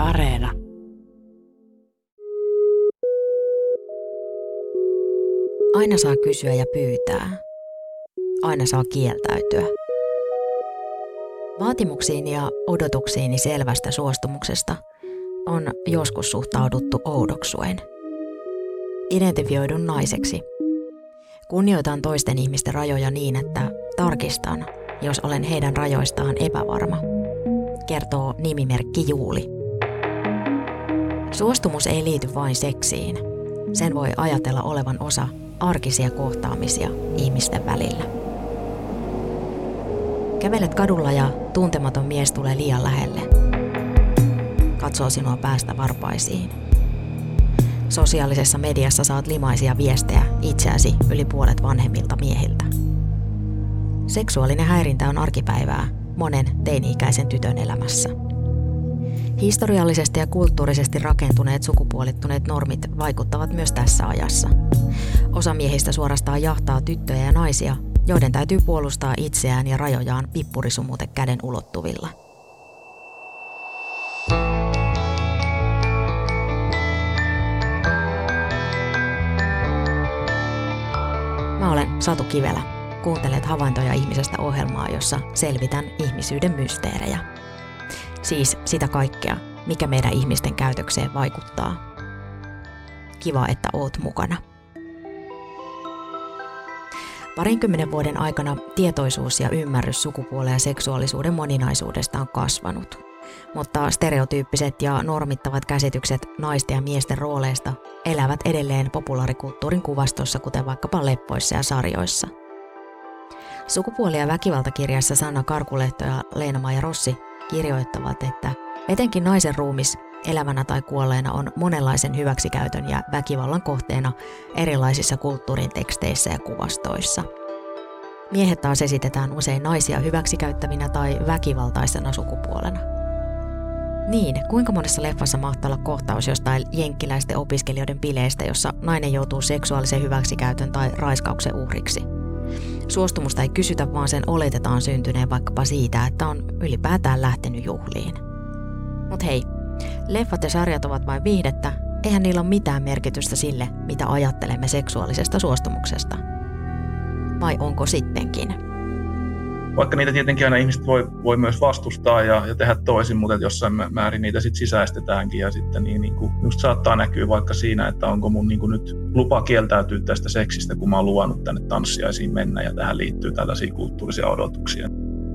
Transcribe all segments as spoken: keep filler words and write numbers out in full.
Areena. Aina saa kysyä ja pyytää. Aina saa kieltäytyä. Vaatimuksiin ja odotuksiini selvästä suostumuksesta on joskus suhtauduttu oudoksuen. Identifioidun naiseksi. Kunnioitan toisten ihmisten rajoja niin, että tarkistan, jos olen heidän rajoistaan epävarma, kertoo nimimerkki Juuli. Suostumus ei liity vain seksiin. Sen voi ajatella olevan osa arkisia kohtaamisia ihmisten välillä. Kävelet kadulla ja tuntematon mies tulee liian lähelle. Katsoo sinua päästä varpaisiin. Sosiaalisessa mediassa saat limaisia viestejä itseäsi yli puolet vanhemmilta miehiltä. Seksuaalinen häirintä on arkipäivää monen teini-ikäisen tytön elämässä. Historiallisesti ja kulttuurisesti rakentuneet sukupuolittuneet normit vaikuttavat myös tässä ajassa. Osa miehistä suorastaan jahtaa tyttöjä ja naisia, joiden täytyy puolustaa itseään ja rajojaan pippurisumute käden ulottuvilla. Mä olen Satu Kivelä. Kuuntelet Havaintoja ihmisestä -ohjelmaa, jossa selvitän ihmisyyden mysteerejä. Siis sitä kaikkea, mikä meidän ihmisten käytökseen vaikuttaa. Kiva, että oot mukana. Parinkymmenen vuoden aikana tietoisuus ja ymmärrys sukupuolen ja seksuaalisuuden moninaisuudesta on kasvanut. Mutta stereotyyppiset ja normittavat käsitykset naisten ja miesten rooleista elävät edelleen populaarikulttuurin kuvastossa, kuten vaikkapa leppoissa ja sarjoissa. Sukupuoli- ja väkivaltakirjassa Sanna Karkulehto ja Leena-Maija Rossi kirjoittavat, että etenkin naisen ruumis elävänä tai kuolleena on monenlaisen hyväksikäytön ja väkivallan kohteena erilaisissa kulttuurin teksteissä ja kuvastoissa. Miehet taas esitetään usein naisia hyväksikäyttävinä tai väkivaltaisena sukupuolena. Niin, kuinka monessa leffassa mahtaa olla kohtaus jostain jenkkiläisten opiskelijoiden bileistä, jossa nainen joutuu seksuaalisen hyväksikäytön tai raiskauksen uhriksi? Suostumusta ei kysytä, vaan sen oletetaan syntyneen vaikkapa siitä, että on ylipäätään lähtenyt juhliin. Mut hei, leffat ja sarjat ovat vain viihdettä, eihän niillä ole mitään merkitystä sille, mitä ajattelemme seksuaalisesta suostumuksesta. Vai onko sittenkin? Vaikka niitä tietenkin aina ihmiset voi, voi myös vastustaa ja, ja tehdä toisin, mutta jossain määrin niitä sit sisäistetäänkin ja sitten niin, niin kuin just saattaa näkyä vaikka siinä, että onko mun niin kuin nyt lupa kieltäytyä tästä seksistä, kun mä oon luvannut tänne tanssiaisiin mennä ja tähän liittyy tällaisia kulttuurisia odotuksia.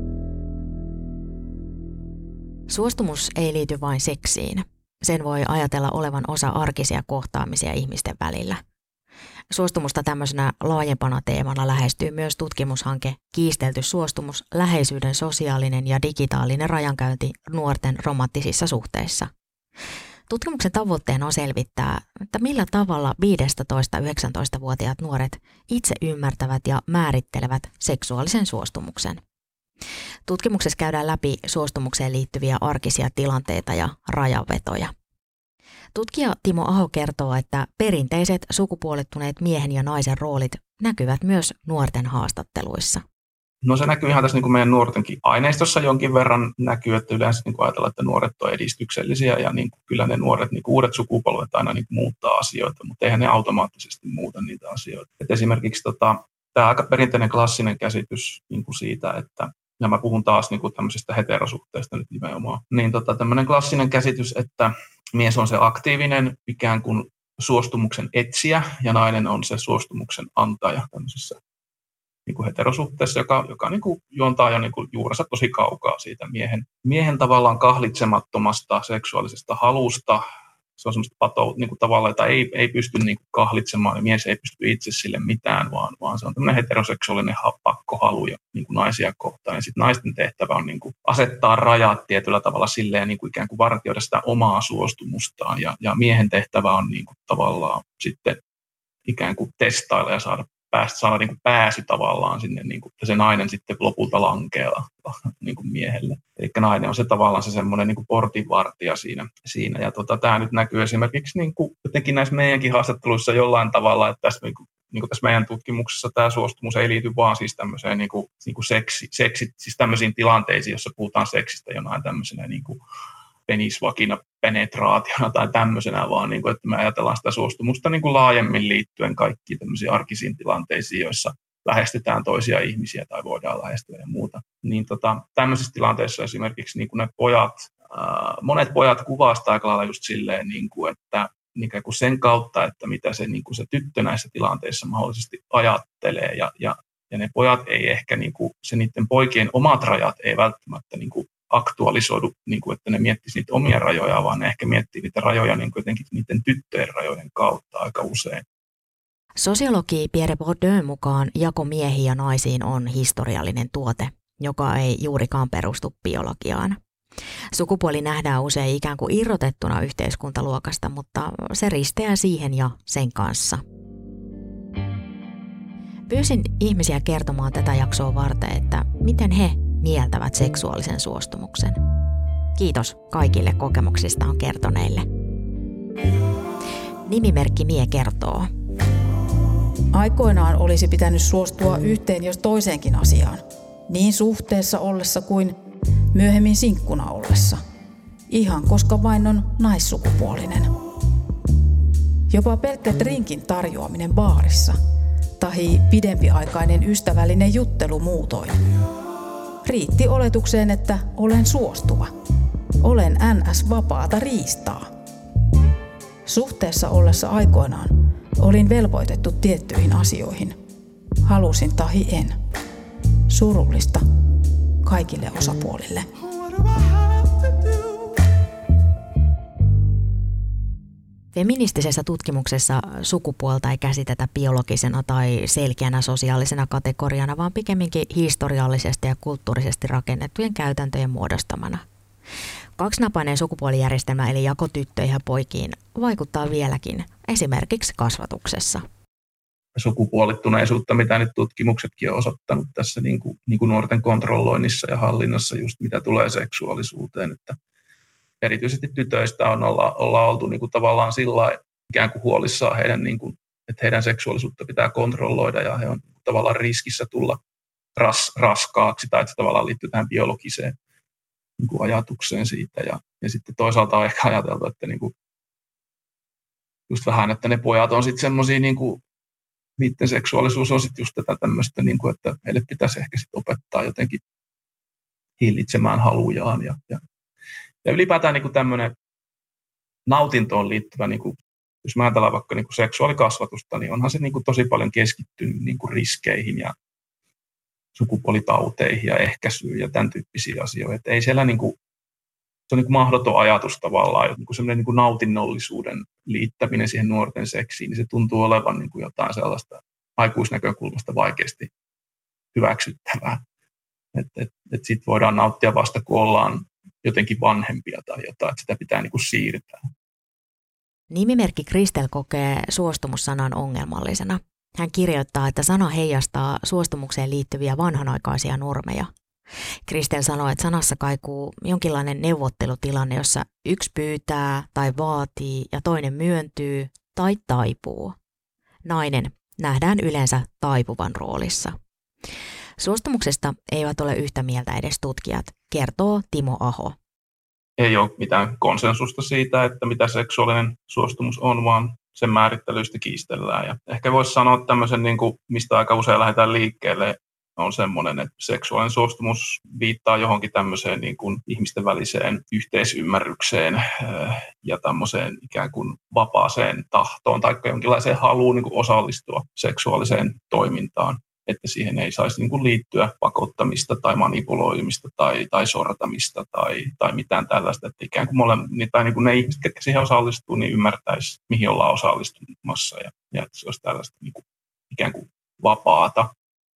Suostumus ei liity vain seksiin. Sen voi ajatella olevan osa arkisia kohtaamisia ihmisten välillä. Suostumusta tämmöisenä laajempana teemana lähestyy myös tutkimushanke Kiistelty suostumus, läheisyyden sosiaalinen ja digitaalinen rajankäynti nuorten romanttisissa suhteissa. Tutkimuksen tavoitteena on selvittää, että millä tavalla viisitoista–yhdeksäntoista-vuotiaat nuoret itse ymmärtävät ja määrittelevät seksuaalisen suostumuksen. Tutkimuksessa käydään läpi suostumukseen liittyviä arkisia tilanteita ja rajanvetoja. Tutkija Timo Aho kertoo, että perinteiset sukupuolittuneet miehen ja naisen roolit näkyvät myös nuorten haastatteluissa. No se näkyy ihan tässä niin kuin meidän nuortenkin aineistossa jonkin verran näkyy, että yleensä niin kuin ajatellaan, että nuoret on edistyksellisiä ja niin kuin kyllä ne nuoret, niin kuin uudet sukupolvet aina niin kuin muuttaa asioita, mutta eihän ne automaattisesti muuta niitä asioita. Et esimerkiksi tota, tämä aika perinteinen klassinen käsitys niin kuin siitä, että ja mä puhun taas niin kuin tämmöisestä heterosuhteesta nyt nimenomaan, niin tota, tämmöinen klassinen käsitys, että mies on se aktiivinen ikään kuin suostumuksen etsijä ja nainen on se suostumuksen antaja tämmöisessä niin kuin heterosuhteessa, joka, joka niin kuin juontaa jo niin kuin juurensa tosi kaukaa siitä miehen, miehen tavallaan kahlitsemattomasta seksuaalisesta halusta. Se on semmoista patoa niin kuin tavallaan, että ei, ei pysty niin kuin kahlitsemaan ja mies ei pysty itse sille mitään, vaan, vaan se on tämmöinen heteroseksuaalinen pakkohalu ja niin kuin naisia kohtaan. Ja sitten naisten tehtävä on niin kuin asettaa rajat tietyllä tavalla silleen niin kuin ikään kuin vartioida sitä omaa suostumustaan ja, ja miehen tehtävä on niin kuin tavallaan sitten ikään kuin testailla ja saada päästä saada niin kuin pääsy tavallaan sinne, niin kuin, että se nainen sitten lopulta lankeaa niin kuin miehelle. Eli nainen on se tavallaan se semmoinen niin kuin portinvartija siinä. siinä. Ja tota, tämä nyt näkyy esimerkiksi niin kuin, jotenkin näissä meidänkin haastatteluissa jollain tavalla, että tässä, niin kuin, niin kuin tässä meidän tutkimuksessa tämä suostumus ei liity vaan siis tämmöiseen niin kuin, niin kuin seksi, seksi, siis tämmöisiin tilanteisiin, jossa puhutaan seksistä jonain tämmöisenä niin kuin penisvakina penetraationa tai tämmöisenä, vaan niin kuin, että me ajatellaan sitä suostumusta niin kuin laajemmin liittyen kaikkiin tämmöisiin arkisiin tilanteisiin, joissa lähestytään toisia ihmisiä tai voidaan lähestyä ja muuta. Niin tota, tämmöisissä tilanteissa esimerkiksi niin kuin ne pojat, ää, monet pojat kuvastaa aika lailla just silleen, niin kuin, että ikään kuin sen kautta, että mitä se, niin kuin se tyttö näissä tilanteissa mahdollisesti ajattelee ja, ja, ja ne pojat ei ehkä, niin kuin, se niiden poikien omat rajat ei välttämättä niin kuin aktualisoidu, niin kuin, että ne miettisivät niitä omia rajoja, vaan ne ehkä miettii niitä rajoja niin kuin jotenkin niiden tyttöjen rajojen kautta aika usein. Sosiologi Pierre Bourdieu'n mukaan jako miehiin ja naisiin on historiallinen tuote, joka ei juurikaan perustu biologiaan. Sukupuoli nähdään usein ikään kuin irrotettuna yhteiskuntaluokasta, mutta se risteää siihen ja sen kanssa. Pyysin ihmisiä kertomaan tätä jaksoa varten, että miten he mieltävät seksuaalisen suostumuksen. Kiitos kaikille kokemuksistaan kertoneille. Nimimerkki Mie kertoo. Aikoinaan olisi pitänyt suostua yhteen jos toiseenkin asiaan, niin suhteessa ollessa kuin myöhemmin sinkkuna ollessa. Ihan koska vain on naissukupuolinen. Jopa pelkkä drinkin tarjoaminen baarissa tahi pidempiaikainen ystävällinen juttelu muutoin. Riitti oletukseen, että olen suostuva. Olen N S-vapaata riistaa. Suhteessa ollessa aikoinaan olin velvoitettu tiettyihin asioihin. Halusin tahi en. Surullista kaikille osapuolille. Feministisessä tutkimuksessa sukupuolta ei käsitetä biologisena tai selkeänä sosiaalisena kategoriana, vaan pikemminkin historiallisesti ja kulttuurisesti rakennettujen käytäntöjen muodostamana. Kaksinapainen sukupuolijärjestelmä eli jako tyttöihin ja poikiin vaikuttaa vieläkin, esimerkiksi kasvatuksessa. Sukupuolittuneisuutta, mitä nyt tutkimuksetkin on osoittanut tässä niin kuin, niin kuin nuorten kontrolloinnissa ja hallinnassa, just mitä tulee seksuaalisuuteen, että erityisesti tytöistä on olla, olla oltu niin kuin tavallaan sillä ikään kuin huolissaan heidän, niin kuin, että heidän seksuaalisuutta pitää kontrolloida ja he on tavallaan riskissä tulla ras, raskaaksi tai että se tavallaan liittyy tähän biologiseen niin kuin ajatukseen siitä. Ja, ja sitten toisaalta on ehkä ajateltu, että niin kuin, just vähän, että ne pojat on sitten semmoisia, niin kuin, niiden seksuaalisuus on sitten just tätä tämmöistä, niin kuin, että heille pitäisi ehkä sitten opettaa jotenkin hillitsemään halujaan ja, ja Ja ylipäätään niin kuin tämmöinen nautintoon liittyvä, niin kuin, jos mä ajatellaan vaikka niin kuin seksuaalikasvatusta, niin onhan se niin kuin tosi paljon keskittynyt niin kuin riskeihin ja sukupuolitauteihin ja ehkäisyyn ja tämän tyyppisiä asioita. Että ei siellä niin kuin, se on niin kuin mahdoton ajatus tavallaan, niin kuin semmoinen niin kuin nautinnollisuuden liittäminen siihen nuorten seksiin, niin se tuntuu olevan niin kuin jotain sellaista aikuisnäkökulmasta vaikeasti hyväksyttävää. Että et, et sit voidaan nauttia vasta, kun ollaan jotenkin vanhempia tai jotain, että sitä pitää niin kuin siirtää. Nimimerkki Kristel kokee suostumussanan ongelmallisena. Hän kirjoittaa, että sana heijastaa suostumukseen liittyviä vanhanaikaisia normeja. Kristel sanoo, että sanassa kaikuu jonkinlainen neuvottelutilanne, jossa yksi pyytää tai vaatii ja toinen myöntyy tai taipuu. Nainen nähdään yleensä taipuvan roolissa. Suostumuksesta eivät ole yhtä mieltä edes tutkijat, kertoo Timo Aho. Ei ole mitään konsensusta siitä, että mitä seksuaalinen suostumus on, vaan sen määrittelyistä kiistellään. Ja ehkä voisi sanoa tämmöisen, niin kuin, mistä aika usein lähdetään liikkeelle, on semmoinen, että seksuaalinen suostumus viittaa johonkin tämmöiseen niin kuin ihmisten väliseen yhteisymmärrykseen ja tämmöiseen ikään kuin vapaaseen tahtoon tai jonkinlaiseen haluun niin kuin osallistua seksuaaliseen toimintaan. Että siihen ei saisi niin kuin liittyä pakottamista tai manipuloimista tai, tai sortamista tai, tai mitään tällaista. Että ikään kuin, mole, tai niin kuin ne ihmiset, jotka siihen osallistuu, niin ymmärtäisi, mihin ollaan osallistumassa ja, ja että se olisi tällaista niin kuin, ikään kuin vapaata.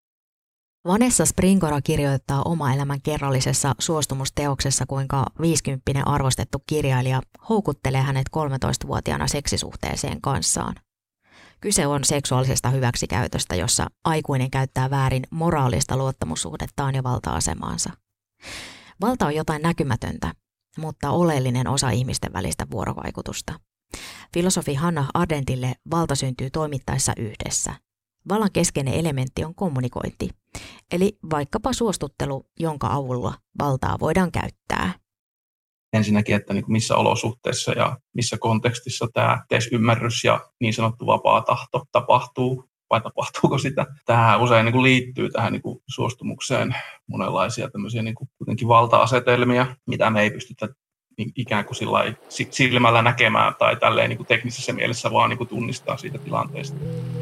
Vanessa Springora kirjoittaa oma elämän kerrallisessa suostumusteoksessa, kuinka viisikymppinen arvostettu kirjailija houkuttelee hänet kolmetoistavuotiaana seksisuhteeseen kanssaan. Kyse on seksuaalisesta hyväksikäytöstä, jossa aikuinen käyttää väärin moraalista luottamussuhdettaan ja valta-asemaansa. Valta on jotain näkymätöntä, mutta oleellinen osa ihmisten välistä vuorovaikutusta. Filosofi Hannah Ardentille valta syntyy toimittaessa yhdessä. Vallan keskeinen elementti on kommunikointi, eli vaikkapa suostuttelu, jonka avulla valtaa voidaan käyttää. ensinnäkin, että niin kuin missä olosuhteissa ja missä kontekstissa tämä yhteisymmärrys ja niin sanottu vapaa tahto tapahtuu, vai tapahtuuko sitä. Tämä usein niin kuin liittyy tähän niin kuin suostumukseen monenlaisia tämmöisiä niin kuin kuitenkin valta-asetelmia, mitä me ei pystytä niin ikään kuin sillai silmällä näkemään tai tälleen niin kuin teknisessä mielessä vaan niin kuin tunnistaa siitä tilanteesta.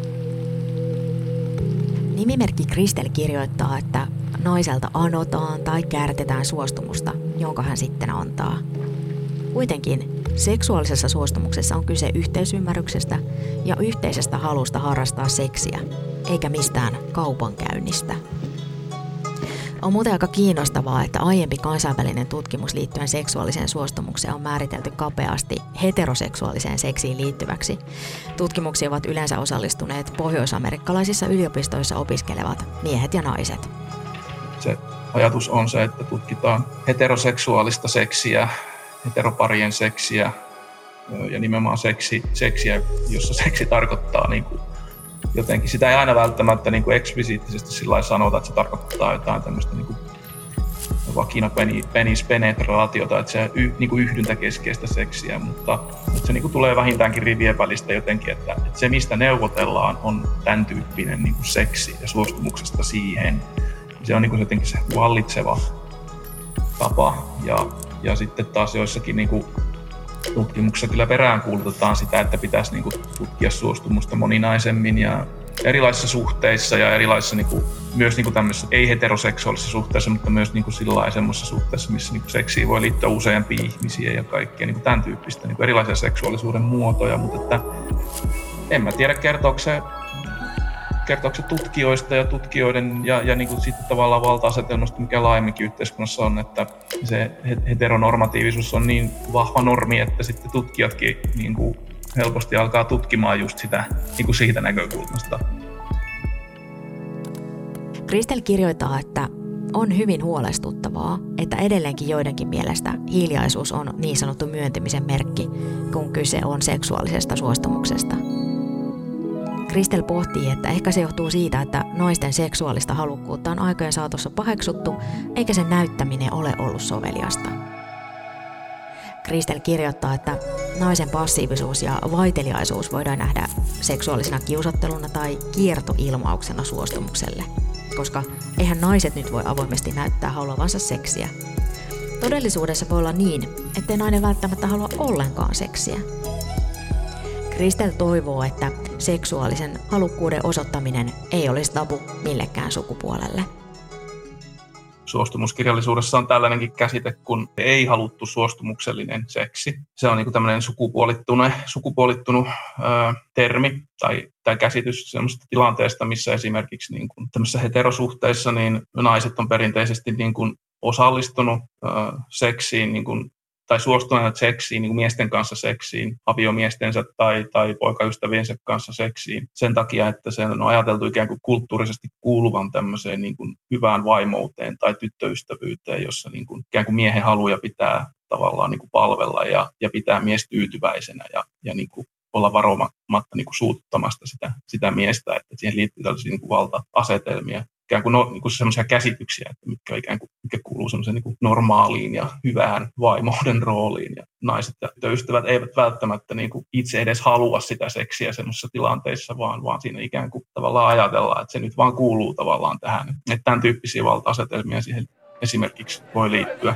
Nimimerkki Kristel kirjoittaa, että naiselta anotaan tai kärtetään suostumusta, jonka hän sitten antaa. Kuitenkin seksuaalisessa suostumuksessa on kyse yhteisymmärryksestä ja yhteisestä halusta harrastaa seksiä, eikä mistään kaupankäynnistä. On muuten aika kiinnostavaa, että aiempi kansainvälinen tutkimus liittyen seksuaaliseen suostumukseen on määritelty kapeasti heteroseksuaaliseen seksiin liittyväksi. Tutkimuksiin ovat yleensä osallistuneet pohjoisamerikkalaisissa yliopistoissa opiskelevat miehet ja naiset. Se ajatus on se, että tutkitaan heteroseksuaalista seksiä, heteroparien seksiä ja nimenomaan seksi, seksiä, jossa seksi tarkoittaa niin kuin jotenkin. Sitä ei aina välttämättä niin kuin eksplisiittisesti sillä lailla sanota, että se tarkoittaa jotain tämmöistä niin kuin vagina-penis-penetraatiota, että se y, niin kuin yhdyntäkeskeistä seksiä, mutta että se niin kuin tulee vähintäänkin rivien välistä jotenkin, että, että se mistä neuvotellaan on tämän tyyppinen niin kuin seksi ja suostumuksesta siihen. Se on niin kuin jotenkin se vallitseva tapa ja, ja sitten taas joissakin niin kuin tutkimuksessa kyllä peräänkuulutetaan sitä, että pitäisi niin kuin tutkia suostumusta moninaisemmin ja erilaisissa suhteissa ja erilaisissa niin kuin, myös niin kuin tämmöisissä ei-heteroseksuaalisissa suhteissa, mutta myös niin kuin sillain semmoisissa suhteissa, missä niin kuin seksiin voi liittyä useampia ihmisiä ja kaikkea niin kuin tämän tyyppistä niin kuin erilaisia seksuaalisuuden muotoja, mutta että en mä tiedä kertooko se, kertooko se tutkijoista ja tutkijoiden ja, ja niin kuin sitten tavallaan valta-asetelmasta, mikä laajemminkin yhteiskunnassa on, että se heteronormatiivisuus on niin vahva normi, että sitten tutkijatkin niin kuin helposti alkaa tutkimaan just sitä niin kuin siitä näkökulmasta. Kristel kirjoittaa, että on hyvin huolestuttavaa, että edelleenkin joidenkin mielestä hiljaisuus on niin sanottu myöntymisen merkki, kun kyse on seksuaalisesta suostumuksesta. Kristel pohtii, että ehkä se johtuu siitä, että naisten seksuaalista halukkuutta on aikojen saatossa paheksuttu, eikä sen näyttäminen ole ollut soveliasta. Kristel kirjoittaa, että naisen passiivisuus ja vaiteliaisuus voidaan nähdä seksuaalisena kiusatteluna tai kiertoilmauksena suostumukselle, koska eihän naiset nyt voi avoimesti näyttää haluavansa seksiä. Todellisuudessa voi olla niin, ettei nainen välttämättä halua ollenkaan seksiä. Kristel toivoo, että seksuaalisen halukkuuden osoittaminen ei olisi tabu millekään sukupuolelle. Suostumuskirjallisuudessa on tällainenkin käsite kuin ei-haluttu suostumuksellinen seksi. Se on niin tämmöinen sukupuolittunut, sukupuolittunut ö, termi tai, tai käsitys sellaisesta tilanteesta, missä esimerkiksi niin kuin tämmöisissä heterosuhteissa niin naiset on perinteisesti niin kuin osallistunut ö, seksiin niin kuin tai suostuneet seksiin, niin kuin miesten kanssa seksiin, aviomiestensä tai, tai poikaystäviensä kanssa seksiin, sen takia, että se on ajateltu ikään kuin kulttuurisesti kuuluvan tämmöiseen niin kuin hyvään vaimouteen tai tyttöystävyyteen, jossa niin kuin ikään kuin miehen haluja pitää tavallaan niin kuin palvella ja, ja pitää mies tyytyväisenä ja, ja niin kuin olla varomatta niin kuin suututtamasta sitä, sitä miestä, että siihen liittyy tällaisia niin kuin valta-asetelmia. Ikään kuin, no, niin kuin sellaisia käsityksiä, että mitkä, ikään kuin, mikä kuuluu semmoiseen niin kuin normaaliin ja hyvään vaimouden rooliin. Ja naiset ja tyttöystävät eivät välttämättä niin kuin itse edes halua sitä seksiä semmoisissa tilanteissa, vaan, vaan siinä ikään kuin tavallaan ajatellaan, että se nyt vaan kuuluu tavallaan tähän. Että tämän tyyppisiä valta-asetelmia siihen esimerkiksi voi liittyä.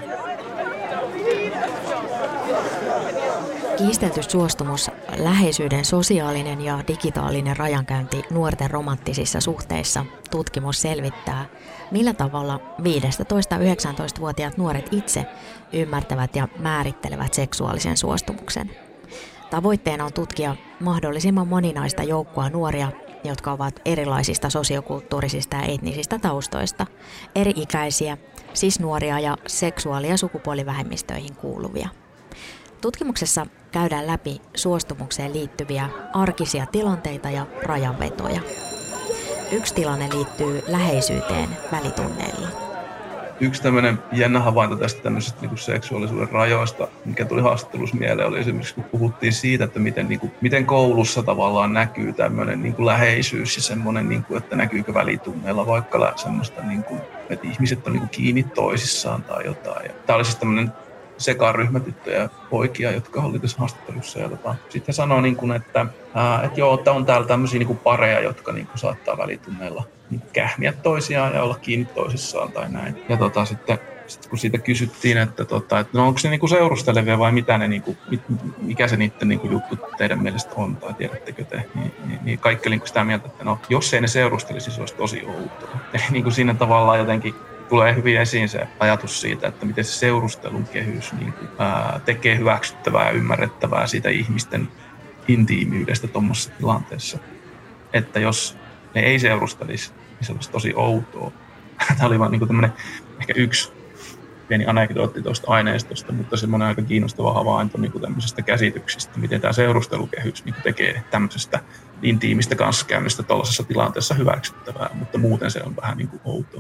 Kiistelty suostumus, läheisyyden sosiaalinen ja digitaalinen rajankäynti nuorten romanttisissa suhteissa tutkimus selvittää, millä tavalla viisitoista-yhdeksäntoistavuotiaat nuoret itse ymmärtävät ja määrittelevät seksuaalisen suostumuksen. Tavoitteena on tutkia mahdollisimman moninaista joukkoa nuoria, jotka ovat erilaisista sosiokulttuurisista ja etnisistä taustoista, eri-ikäisiä, siis nuoria ja seksuaali- ja sukupuolivähemmistöihin kuuluvia. Tutkimuksessa käydään läpi suostumukseen liittyviä arkisia tilanteita ja rajanvetoja. Yksi tilanne liittyy läheisyyteen välitunneilla. Yksi tämmöinen jännä havainto tästä tämmöisestä niin kuin seksuaalisuuden rajoista, mikä tuli haastattelussa mieleen, oli esimerkiksi, kun puhuttiin siitä, että miten, niin kuin, miten koulussa tavallaan näkyy tämmöinen niin kuin läheisyys ja semmoinen, niin kuin, että näkyykö välitunneilla vaikka semmoista, niin kuin, että ihmiset on niin kuin kiinni toisissaan tai jotain. Ja tämä oli siis tämmöinen sekaryhmätyttöjä ja poikia, jotka oli tässä haastattelussa. Ja tota, sitten he sanoo, niin kuin, että, ää, että joo, että on täällä tämmöisiä niin kuin pareja, jotka niin kuin saattaa välitunneilla niin kuin kähmiä toisiaan ja olla kiinni toisissaan tai näin. Ja tota, sitten Sitten kun siitä kysyttiin, että, tota, että no onko se niinku seurustelevia vai mitä ne, niinku, mikä se niiden niinku juttu teidän mielestä on tai tiedättekö te, niin, niin, niin kaikki oli sitä mieltä, että no, jos ei ne seurustelisi, se olisi tosi outoa. Eli niin kuin siinä tavallaan jotenkin tulee hyvin esiin se ajatus siitä, että miten se seurustelun kehys niin kuin, ää, tekee hyväksyttävää ja ymmärrettävää siitä ihmisten intiimiydestä tuommoisessa tilanteessa. Että jos ne ei seurustelisi, niin se olisi tosi outoa. Tämä oli vaan niin kuin tämmöinen ehkä yksi pieni anekdootti tuosta aineistosta, mutta semmoinen aika kiinnostava havainto niin kuin tämmöisestä käsityksestä, miten tämä seurustelukehys niin kuin tekee tämmöisestä intiimistä kanssakäymistä tuollaisessa tilanteessa hyväksyttävää, mutta muuten se on vähän niin kuin outoa.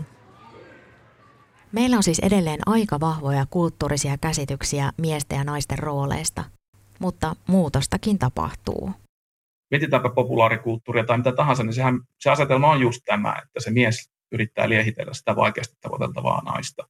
Meillä on siis edelleen aika vahvoja kulttuurisia käsityksiä miesten ja naisten rooleista, mutta muutostakin tapahtuu. Mietitäänpä populaarikulttuuria tai mitä tahansa, niin sehän, se asetelma on just tämä, että se mies yrittää liehitellä sitä vaikeasti tavoiteltavaa naista.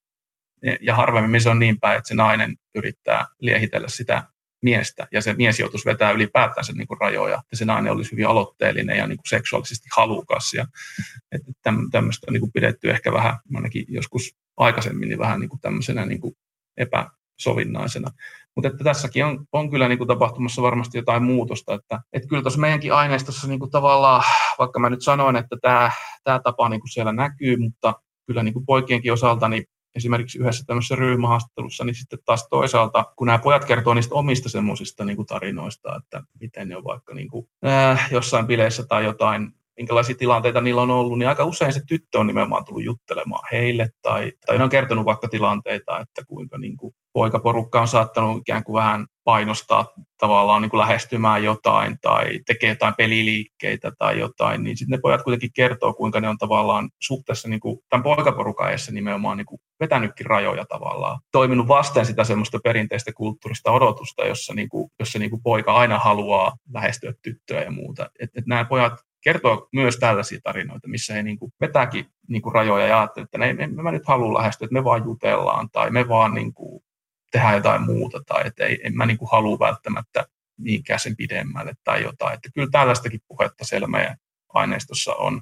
Ja harvemmin se on niin päin, että se nainen yrittää liehitellä sitä miestä, ja se mies joutuisi vetää ylipäätään sen niin kuin rajoja, ja se nainen olisi hyvin aloitteellinen ja niin kuin seksuaalisesti halukas. Ja, että tämmöistä on niin kuin pidetty ehkä vähän, ainakin joskus aikaisemmin, niin vähän niin kuin tämmöisenä niin kuin epäsovinnaisena. Mutta että tässäkin on, on kyllä niin kuin tapahtumassa varmasti jotain muutosta, että, että kyllä tuossa meidänkin aineistossa niin kuin tavallaan, vaikka mä nyt sanoin, että tämä, tämä tapa niin kuin siellä näkyy, mutta kyllä niin kuin poikienkin osalta, niin esimerkiksi yhdessä tämmöisessä ryhmähaastattelussa, niin sitten taas toisaalta, kun nämä pojat kertoo niistä omista semmoisista niin kuin tarinoista, että miten ne on vaikka niin kuin, äh, jossain bileissä tai jotain, minkälaisia tilanteita niillä on ollut, niin aika usein se tyttö on nimenomaan tullut juttelemaan heille, tai, tai ne on kertonut vaikka tilanteita, että kuinka niin kuin poikaporukka on saattanut ikään kuin vähän painostaa tavallaan niin kuin lähestymään jotain, tai tekee jotain peliliikkeitä tai jotain, niin sitten ne pojat kuitenkin kertoo, kuinka ne on tavallaan suhteessa niin kuin tämän poikaporukan edessä nimenomaan niin kuin vetänytkin rajoja tavallaan, toiminut vasten sitä semmoista perinteistä kulttuurista odotusta, jossa, niin kuin, jossa niin kuin poika aina haluaa lähestyä tyttöä ja muuta. Että et nämä pojat kertoo myös tällaisia tarinoita, missä he niin kuin vetääkin niin kuin rajoja ja ajattelee, että ne, me, mä nyt haluan lähestyä, että me vaan jutellaan tai me vaan niin kuin tehdään jotain muuta tai että ei, en mä niin kuin halua välttämättä niinkään sen pidemmälle tai jotain. Että kyllä tällaistakin puhetta siellä meidän aineistossa on.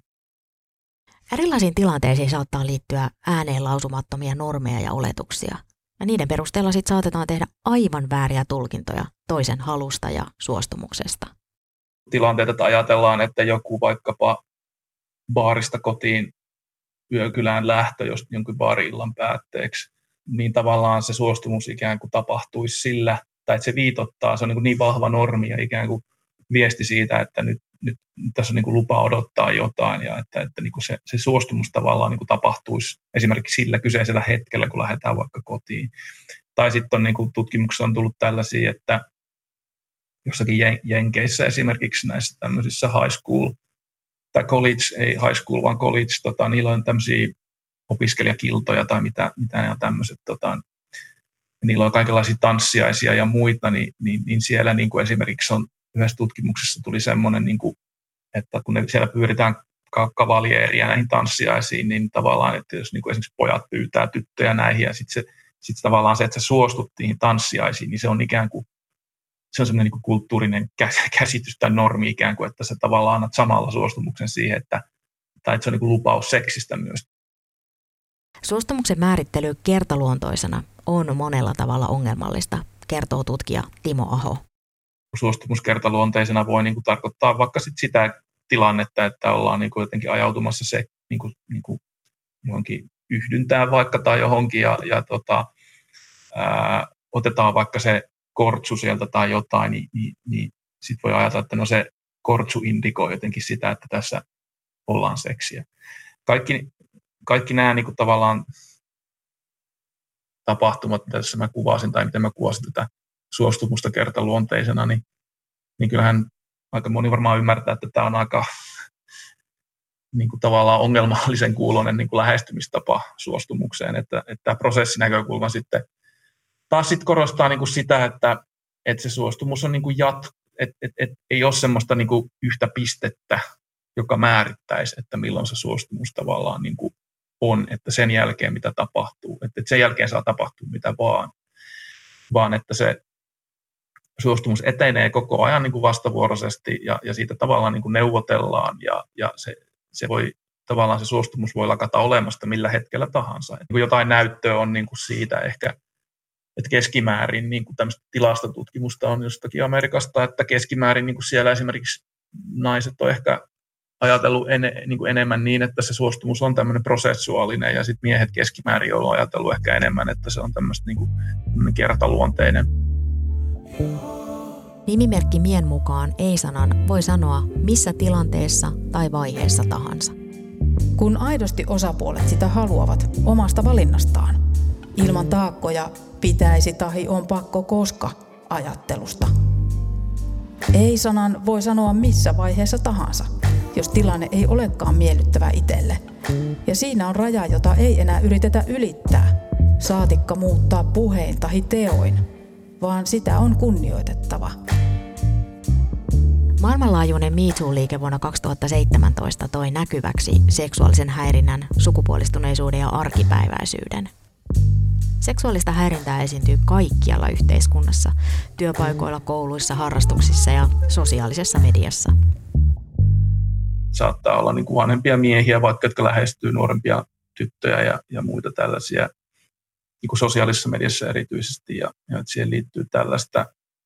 Erilaisiin tilanteisiin saattaa liittyä ääneen lausumattomia normeja ja oletuksia. Ja niiden perusteella sit saatetaan tehdä aivan vääriä tulkintoja toisen halusta ja suostumuksesta. Tilanteita, että ajatellaan, että joku vaikkapa baarista kotiin yökylään lähtö, jos jonkin baari-illan päätteeksi, niin tavallaan se suostumus ikään kuin tapahtuisi sillä, tai että se viitottaa, se on niin, niin vahva normi ja ikään kuin viesti siitä, että nyt, nyt tässä on niin kuin lupa odottaa jotain ja että, että niin kuin se, se suostumus tavallaan niin kuin tapahtuisi esimerkiksi sillä kyseisellä hetkellä, kun lähdetään vaikka kotiin. Tai sitten on niin kuin tutkimuksessa on tullut tällaisia, että jossakin Jenkeissä esimerkiksi näissä tämmöisissä high school, tai college, ei high school, vaan college, tota, niillä on tämmöisiä opiskelijakiltoja tai mitä, mitä ne on tämmöiset, tota, niillä on kaikenlaisia tanssiaisia ja muita, niin, niin, niin siellä niin kuin esimerkiksi on yhdessä tutkimuksessa tuli semmoinen, niin kuin, että kun ne siellä pyydetään kavalieria näihin tanssiaisiin, niin tavallaan, että jos niin kuin esimerkiksi pojat pyytää tyttöjä näihin ja sitten se, sit tavallaan se, että sä suostut niihin tanssiaisiin, niin se on ikään kuin se on semmoinen niin kuin kulttuurinen käsitys tai normi ikään kuin, että sä tavallaan annat samalla suostumuksen siihen, että, tai että se on niin kuin lupaus seksistä myös. Suostumuksen määrittely kertaluontoisena on monella tavalla ongelmallista, kertoo tutkija Timo Aho. Suostumus kertaluonteisena voi niin kuin tarkoittaa vaikka sit sitä tilannetta, että ollaan niin kuin jotenkin ajautumassa se niin kuin, niin kuin johonkin yhdyntään vaikka tai johonkin ja, ja tota, ää, otetaan vaikka se kortsu sieltä tai jotain, niin, niin, niin sitten voi ajatella, että no se kortsu indikoi jotenkin sitä, että tässä ollaan seksiä. Kaikki, kaikki nämä niin kuin tavallaan tapahtumat, mitä tässä mä kuvasin tai miten mä kuvasin tätä suostumusta kertaluonteisena, niin, niin kyllähän aika moni varmaan ymmärtää, että tämä on aika niin kuin tavallaan ongelmallisen kuuloinen niin kuin lähestymistapa suostumukseen, että, että tämä prosessinäkökulma sitten taas sitten korostaa niin kuin sitä, että, että se suostumus on niin kuin jat, että, että, että ei ole semmoista niin kuin yhtä pistettä, joka määrittäisi, että milloin se suostumus tavallaan niin kuin on, että sen jälkeen mitä tapahtuu, että, että sen jälkeen saa tapahtua mitä vaan. vaan että se suostumus etenee koko ajan niin kuin vastavuoroisesti ja, ja siitä tavallaan niin kuin neuvotellaan ja, ja se, se voi tavallaan se suostumus voi lakata olemasta millä hetkellä tahansa. Et jotain näyttöä on niin kuin siitä ehkä, että keskimäärin niin kuin tämmöistä tilastotutkimusta on jostakin Amerikasta, että keskimäärin niin kuin siellä esimerkiksi naiset on ehkä ajatellut ene, niin kuin enemmän niin, että se suostumus on tämmöinen prosessuaalinen ja sitten miehet keskimäärin on ajatellut ehkä enemmän, että se on tämmöistä niin kuin kertaluonteinen. Nimimerkki Mien mukaan ei-sanan voi sanoa missä tilanteessa tai vaiheessa tahansa. Kun aidosti osapuolet sitä haluavat omasta valinnastaan, ilman taakkoja pitäisi tahi on pakko koska ajattelusta. Ei-sanan voi sanoa missä vaiheessa tahansa, jos tilanne ei olekaan miellyttävä itselle. Ja siinä on raja, jota ei enää yritetä ylittää, saatikka muuttaa puhein tahi teoin, vaan sitä on kunnioitettava. Maailmanlaajuinen Me Too-liike vuonna kaksituhattaseitsemäntoista toi näkyväksi seksuaalisen häirinnän, sukupuolistuneisuuden ja arkipäiväisyyden. Seksuaalista häirintää esiintyy kaikkialla yhteiskunnassa, työpaikoilla, kouluissa, harrastuksissa ja sosiaalisessa mediassa. Saattaa olla niin kuin vanhempia miehiä, vaikka jotka lähestyy nuorempia tyttöjä ja, ja muita tällaisia niin kuin sosiaalisessa mediassa erityisesti, ja, ja siihen liittyy tällaista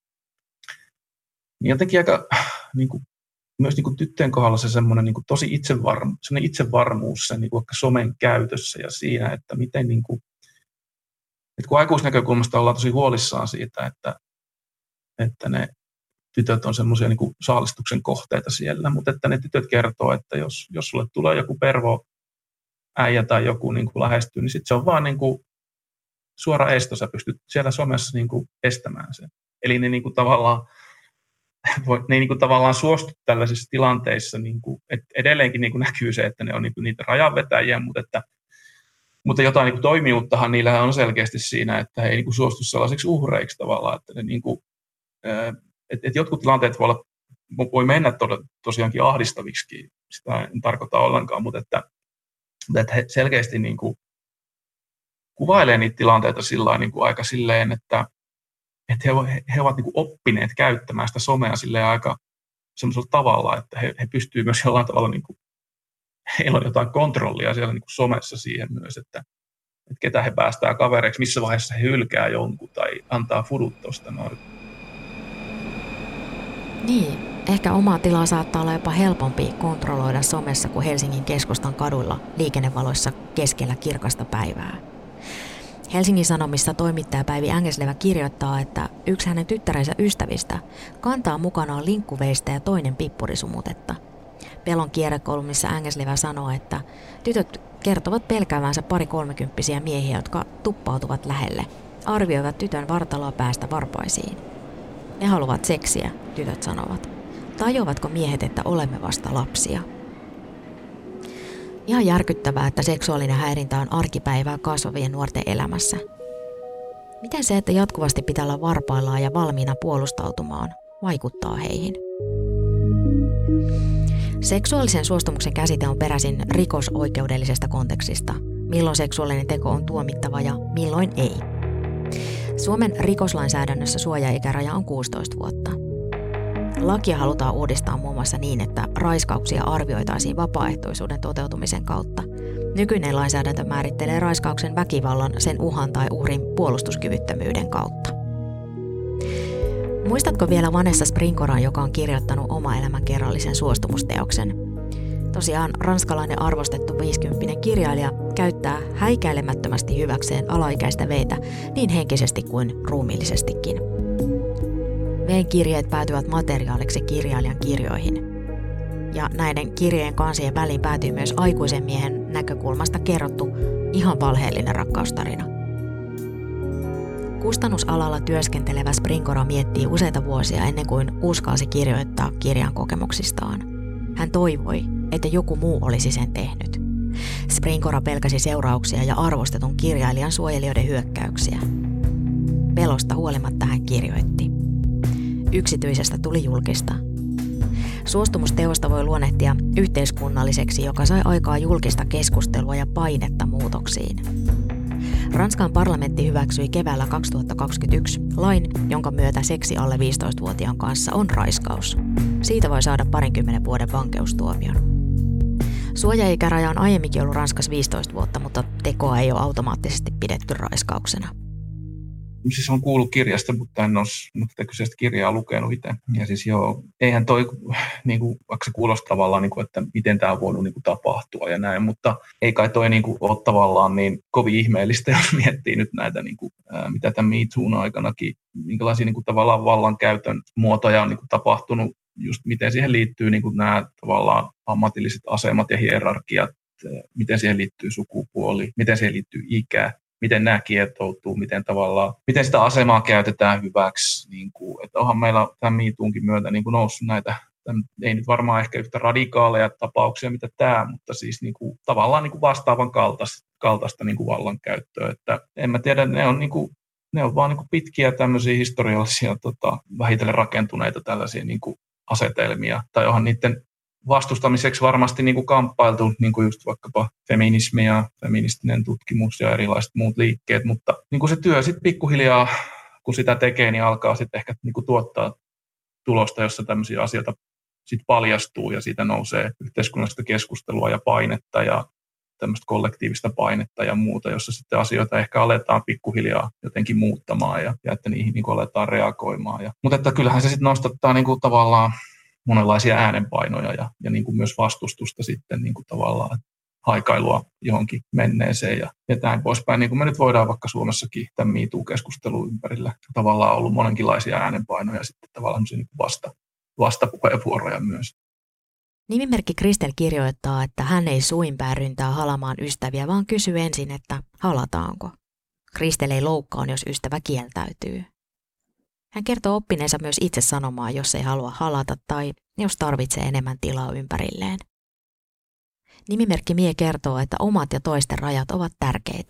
niin jotenkin aika niin kuin, myös niin kuin tyttöjen kohdalla se semmoinen niin kuin tosi itsevarmu, semmoinen itsevarmuus sen niin kuin somen käytössä ja siinä, että miten niin kuin, että kun aikuisnäkökulmasta ollaan tosi huolissaan siitä, että, että ne tytöt on semmoisia niin kuin saalistuksen kohteita siellä, mutta että ne tytöt kertoo, että jos, jos sulle tulee joku pervo äijä tai joku niin kuin lähestyy, niin sitten se on vaan niin kuin suora esto, sä pystyt siellä somessa niin kuin estämään sen. Eli ne niin kuin tavallaan ne ei niin kuin tavallaan suostu tällaisissa tilanteissa, niin kuin, että edelleenkin niin kuin näkyy se, että ne on niin kuin niitä rajanvetäjiä, mutta, että, mutta jotain niin kuin toimijuuttahan niillä on selkeästi siinä, että he ei niin kuin suostu sellaiseksi uhreiksi tavallaan, että ne niin kuin, että, että jotkut tilanteet voi, olla, voi mennä tosiaankin ahdistaviksi, sitä en tarkoita ollenkaan, mutta että, että he selkeästi niin kuin kuvailee niitä tilanteita sillä niin kuin aika silleen, että että he, he ovat niin kuin oppineet käyttämään sitä somea silleen aika semmoisella tavalla, että he, he pystyvät myös jollain tavalla, niin kuin, heillä on jotain kontrollia siellä niin kuin somessa siihen myös, että, että ketä he päästää kavereiksi, missä vaiheessa he hylkää jonkun tai antaa fudut tuosta noin. Niin, ehkä omaa tilaa saattaa olla jopa helpompi kontrolloida somessa kuin Helsingin keskustan kaduilla liikennevaloissa keskellä kirkasta päivää. Helsingin Sanomissa toimittaja Päivi Ängeslevä kirjoittaa, että yksi hänen tyttärensä ystävistä kantaa mukanaan linkkuveistä ja toinen pippurisumutetta. Pelon kierrekolumnissa Ängeslevä sanoo, että tytöt kertovat pelkäävänsä pari kolmekymppisiä miehiä, jotka tuppautuvat lähelle, arvioivat tytön vartaloa päästä varpaisiin. Ne haluavat seksiä, tytöt sanovat. Tajuavatko miehet, että olemme vasta lapsia? Ihan järkyttävää, että seksuaalinen häirintä on arkipäivää kasvavien nuorten elämässä. Miten se, että jatkuvasti pitää olla varpaillaan ja valmiina puolustautumaan, vaikuttaa heihin? Seksuaalisen suostumuksen käsite on peräisin rikosoikeudellisesta kontekstista, milloin seksuaalinen teko on tuomittava ja milloin ei. Suomen rikoslainsäädännössä suojaikäraja on kuusitoista vuotta. Lakia halutaan uudistaa muun muassa niin, että raiskauksia arvioitaisiin vapaaehtoisuuden toteutumisen kautta. Nykyinen lainsäädäntö määrittelee raiskauksen väkivallan sen uhan tai uhrin puolustuskyvyttömyyden kautta. Muistatko vielä Vanessa Springoran, joka on kirjoittanut oma elämänkerrallisen suostumusteoksen? Tosiaan ranskalainen arvostettu viisikymppinen kirjailija käyttää häikäilemättömästi hyväkseen alaikäistä veitä niin henkisesti kuin ruumiillisestikin. Veen kirjeet päätyvät materiaaliksi kirjailijan kirjoihin. Ja näiden kirjojen kansien väliin päätyy myös aikuisen miehen näkökulmasta kerrottu ihan valheellinen rakkaustarina. Kustannusalalla työskentelevä Springora miettii useita vuosia ennen kuin uskalsi kirjoittaa kirjan kokemuksistaan. Hän toivoi, että joku muu olisi sen tehnyt. Springora pelkäsi seurauksia ja arvostetun kirjailijan suojelijoiden hyökkäyksiä. Pelosta huolimatta hän kirjoitti. Yksityisestä tuli julkista. Suostumusteosta voi luonnehtia yhteiskunnalliseksi, joka sai aikaa julkista keskustelua ja painetta muutoksiin. Ranskan parlamentti hyväksyi keväällä kaksituhattakaksikymmentäyksi lain, jonka myötä seksi alle viisitoistavuotiaan kanssa on raiskaus. Siitä voi saada parinkymmenen vuoden vankeustuomion. Suoja-ikäraja on aiemminkin ollut Ranskassa viisitoista vuotta, mutta tekoa ei ole automaattisesti pidetty raiskauksena. Siis on kuullut kirjasta, mutta en ole tätä kyseistä kirjaa lukenut itse. Ja siis joo, eihän toi, niin kuin, vaikka se kuulostaa tavallaan, niin kuin, että miten tämä on voinut niin kuin, tapahtua ja näin, mutta ei kai toi niin kuin, ole tavallaan niin kovin ihmeellistä, jos miettii nyt näitä, niin kuin, ää, mitä tämän Me Toon aikanakin, minkälaisia niin kuin, tavallaan vallankäytön muotoja on niin kuin, tapahtunut, just miten siihen liittyy niin kuin, nämä tavallaan ammatilliset asemat ja hierarkiat, miten siihen liittyy sukupuoli, miten siihen liittyy ikä. Miten nämä kietoutuu, miten tavallaan, miten sitä asemaa käytetään hyväksi. Niin kuin, että onhan meillä tämän Me Toonkin myötä niin kuin noussut näitä, tämän, ei nyt varmaan ehkä yhtä radikaaleja tapauksia, mitä tämä, mutta siis niin kuin, tavallaan niin kuin vastaavan kaltaista, kaltaista niin kuin vallankäyttöä. Että en mä tiedä, ne on, niin kuin, ne on vaan niin kuin pitkiä tämmöisiä historiallisia, tota, vähitellen rakentuneita tällaisia niin kuin asetelmia, tai onhan niiden vastustamiseksi varmasti niin kuin kamppailtu, niin kuin just vaikkapa feminismi ja feministinen tutkimus ja erilaiset muut liikkeet, mutta niin kuin se työ sitten pikkuhiljaa, kun sitä tekee, niin alkaa sitten ehkä niin kuin tuottaa tulosta, jossa tämmöisiä asioita sitten paljastuu ja siitä nousee yhteiskunnallista keskustelua ja painetta ja tämmöistä kollektiivista painetta ja muuta, jossa sitten asioita ehkä aletaan pikkuhiljaa jotenkin muuttamaan ja, ja että niihin niin kuin aletaan reagoimaan. Ja, mutta että kyllähän se sitten nostattaa niin kuin tavallaan monenlaisia äänenpainoja ja, ja niin kuin myös vastustusta sitten niin kuin tavallaan haikailua johonkin menneeseen ja, ja näin poispäin. Niin kuin me nyt voidaan vaikka Suomessakin tämän Me Too-keskustelun ympärillä tavallaan ollut monenkinlaisia äänenpainoja ja sitten tavallaan niin kuin vasta, vastapuheenvuoroja myös. Nimimerkki Kristel kirjoittaa, että hän ei suinpäin ryntää halamaan ystäviä, vaan kysyy ensin, että halataanko. Kristel ei loukkaan, jos ystävä kieltäytyy. Hän kertoo oppineensa myös itse sanomaan, jos ei halua halata tai jos tarvitsee enemmän tilaa ympärilleen. Nimimerkki Mie kertoo, että omat ja toisten rajat ovat tärkeitä.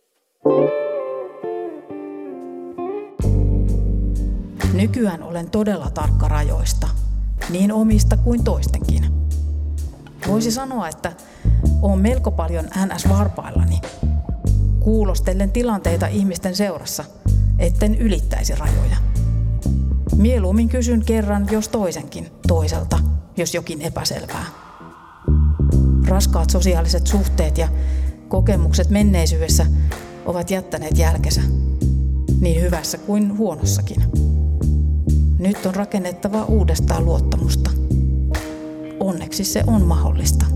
Nykyään olen todella tarkka rajoista, niin omista kuin toistenkin. Voisi sanoa, että olen melko paljon N S-varpaillani, kuulostellen tilanteita ihmisten seurassa, etten ylittäisi rajoja. Mieluummin kysyn kerran, jos toisenkin, toiselta, jos jokin epäselvää. Raskaat sosiaaliset suhteet ja kokemukset menneisyydessä ovat jättäneet jälkensä, niin hyvässä kuin huonossakin. Nyt on rakennettava uudestaan luottamusta. Onneksi se on mahdollista.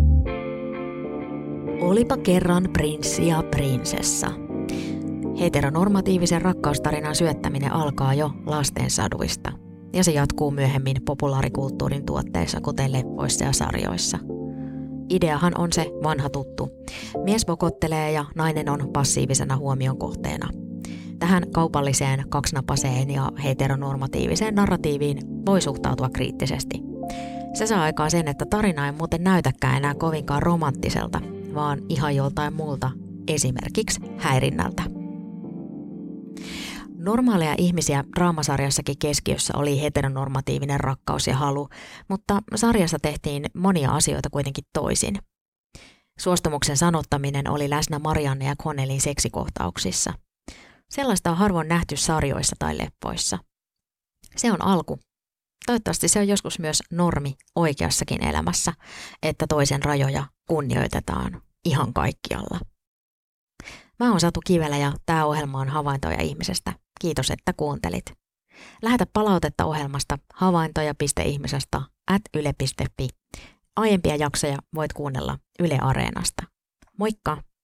Olipa kerran prinssi ja prinsessa. Heteronormatiivisen rakkaustarinan syöttäminen alkaa jo lastensaduista, ja se jatkuu myöhemmin populaarikulttuurin tuotteissa, kuten leffoissa ja sarjoissa. Ideahan on se vanha tuttu. Mies vokottelee ja nainen on passiivisena huomion kohteena. Tähän kaupalliseen, kaksinapaiseen ja heteronormatiiviseen narratiiviin voi suhtautua kriittisesti. Se saa aikaan sen, että tarina ei muuten näytäkään enää kovinkaan romanttiselta, vaan ihan joltain muulta, esimerkiksi häirinnältä. Normaaleja ihmisiä draamasarjassakin keskiössä oli heteronormatiivinen rakkaus ja halu, mutta sarjassa tehtiin monia asioita kuitenkin toisin. Suostumuksen sanottaminen oli läsnä Marianne ja Connellin seksikohtauksissa. Sellaista on harvoin nähty sarjoissa tai leppoissa. Se on alku. Toivottavasti se on joskus myös normi oikeassakin elämässä, että toisen rajoja kunnioitetaan ihan kaikkialla. Mä oon Satu Kivelä ja tää ohjelma on Havaintoja ihmisestä. Kiitos, että kuuntelit. Lähetä palautetta ohjelmasta havaintoja piste ihmisestä at yle piste fi. Aiempia jaksoja voit kuunnella Yle Areenasta. Moikka!